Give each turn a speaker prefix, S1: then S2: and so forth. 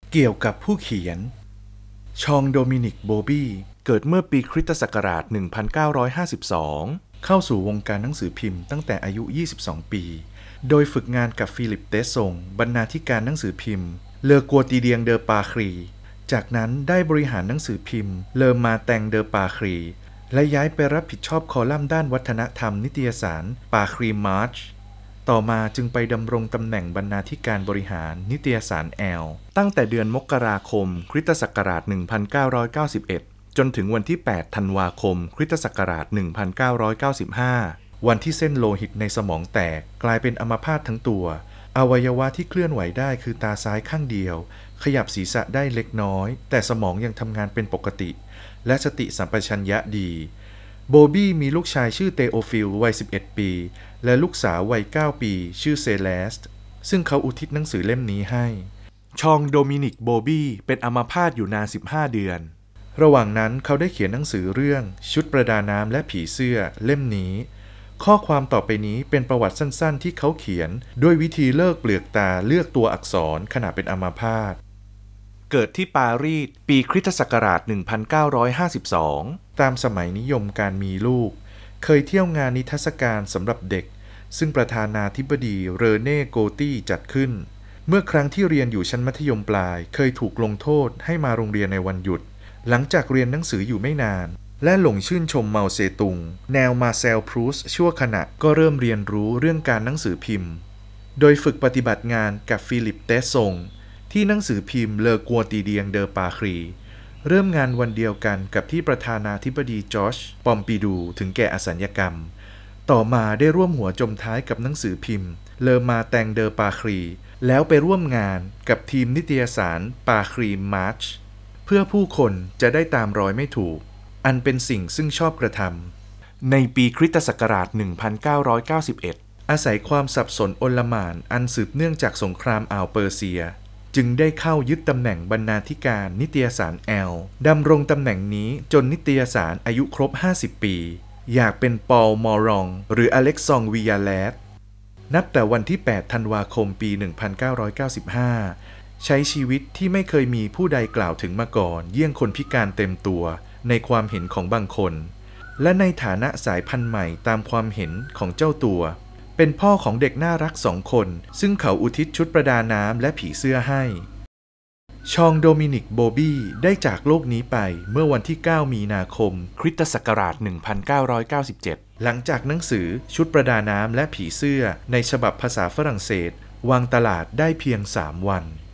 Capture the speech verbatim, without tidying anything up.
S1: เกี่ยวกับผู้เขียนชองโดมินิกโบบี้เกิดเมื่อปีคริสตศักราช หนึ่งพันเก้าร้อยห้าสิบสอง เข้าสู่วงการหนังสือพิมพ์ตั้งแต่อายุ ยี่สิบสอง ปี โดยฝึกงานกับฟิลิป เตสซงบรรณาธิการหนังสือพิมพ์เลอกัวตีเดียงเดอปาครีจากนั้นได้บริหารหนังสือพิมพ์เลอมาแตงเดอปาครีและย้ายไปรับผิดชอบคอลัมน์ด้านวัฒนธรรมนิตยสารปาครีมาร์ชต่อมาจึงไปดำรงตำแหน่งบรรณาธิการบริหารนิตยสารแอลตั้งแต่เดือนมกราคมคริสตศักราช หนึ่งพันเก้าร้อยเก้าสิบเอ็ด จนถึงวันที่ แปด ธันวาคมคริสตศักราช หนึ่งพันเก้าร้อยเก้าสิบห้า วันที่เส้นโลหิตในสมองแตกกลายเป็นอัมพาตทั้งตัวอวัยวะที่เคลื่อนไหวได้คือตาซ้ายข้างเดียวขยับศีรษะได้เล็กน้อยแต่สมองยังทำงานเป็นปกติและสติสัมปชัญญะดีโบบี้มีลูกชายชื่อเตโอฟิลวัย สิบเอ็ด ปีและลูกสาววัย เก้า ปีชื่อเซเลสต์ซึ่งเขาอุทิศหนังสือเล่มนี้ให้ชองโดมินิกโบบี้เป็นอัมพาตอยู่นาน สิบห้า เดือนระหว่างนั้นเขาได้เขียนหนังสือเรื่องชุดประดาน้ำและผีเสื้อเล่มนี้ข้อความต่อไปนี้เป็นประวัติสั้นๆที่เขาเขียนด้วยวิธีเลิกเปลือกตาเลือกตัวอักษรขณะเป็นอัมพาตเกิดที่ปารีสปีคริสตศักราช หนึ่งพันเก้าร้อยห้าสิบสอง ตามสมัยนิยมการมีลูกเคยเที่ยวงานนิทรรศการสำหรับเด็กซึ่งประธานาธิบดีเรเน่โกตี้จัดขึ้นเมื่อครั้งที่เรียนอยู่ชั้นมัธยมปลายเคยถูกลงโทษให้มาโรงเรียนในวันหยุดหลังจากเรียนหนังสืออยู่ไม่นานและหลงชื่นชมเมาเซตุงแนวมาเซล พรูสต์ชั่วขณะก็เริ่มเรียนรู้เรื่องการหนังสือพิมพ์โดยฝึกปฏิบัติงานกับฟิลิป เตสซงที่หนังสือพิมพ์เลอกัวตีเดียงเดอปาครีเริ่มงานวันเดียวกันกับที่ประธานาธิบดีจอร์จปอมปีดูถึงแก่อสัญญกรรมต่อมาได้ร่วมหัวจมท้ายกับหนังสือพิมพ์เลอมาแตงเดอปาครีแล้วไปร่วมงานกับทีมนิตยสารปาครีมาร์ชเพื่อผู้คนจะได้ตามรอยไม่ถูกอันเป็นสิ่งซึ่งชอบกระทำในปีคริสตศักราช หนึ่งพันเก้าร้อยเก้าสิบเอ็ด อาศัยความสับสนโอลหม่านอันสืบเนื่องจากสงครามอ่าวเปอร์เซียจึงได้เข้ายึดตำแหน่งบรรณาธิการนิตยสารแอลดำรงตำแหน่งนี้จนนิตยสารอายุครบ ห้าสิบ ปีอยากเป็นปอล มอรองหรืออเล็กซองวิยาเลสนับแต่วันที่ แปด ธันวาคมปี หนึ่งพันเก้าร้อยเก้าสิบห้า ใช้ชีวิตที่ไม่เคยมีผู้ใดกล่าวถึงมาก่อนเยี่ยงคนพิการเต็มตัวในความเห็นของบางคนและในฐานะสายพันธุ์ใหม่ตามความเห็นของเจ้าตัวเป็นพ่อของเด็กน่ารักสองคนซึ่งเขาอุทิศชุดประดาน้ำและผีเสื้อให้ชองโดมินิกโบบี้ได้จากโลกนี้ไปเมื่อวันที่ เก้า มีนาคมคริสตศักราช หนึ่งพันเก้าร้อยเก้าสิบเจ็ด หลังจากหนังสือชุดประดาน้ำและผีเสื้อในฉบับภาษาฝรั่งเศสวางตลาดได้เพียง สาม วัน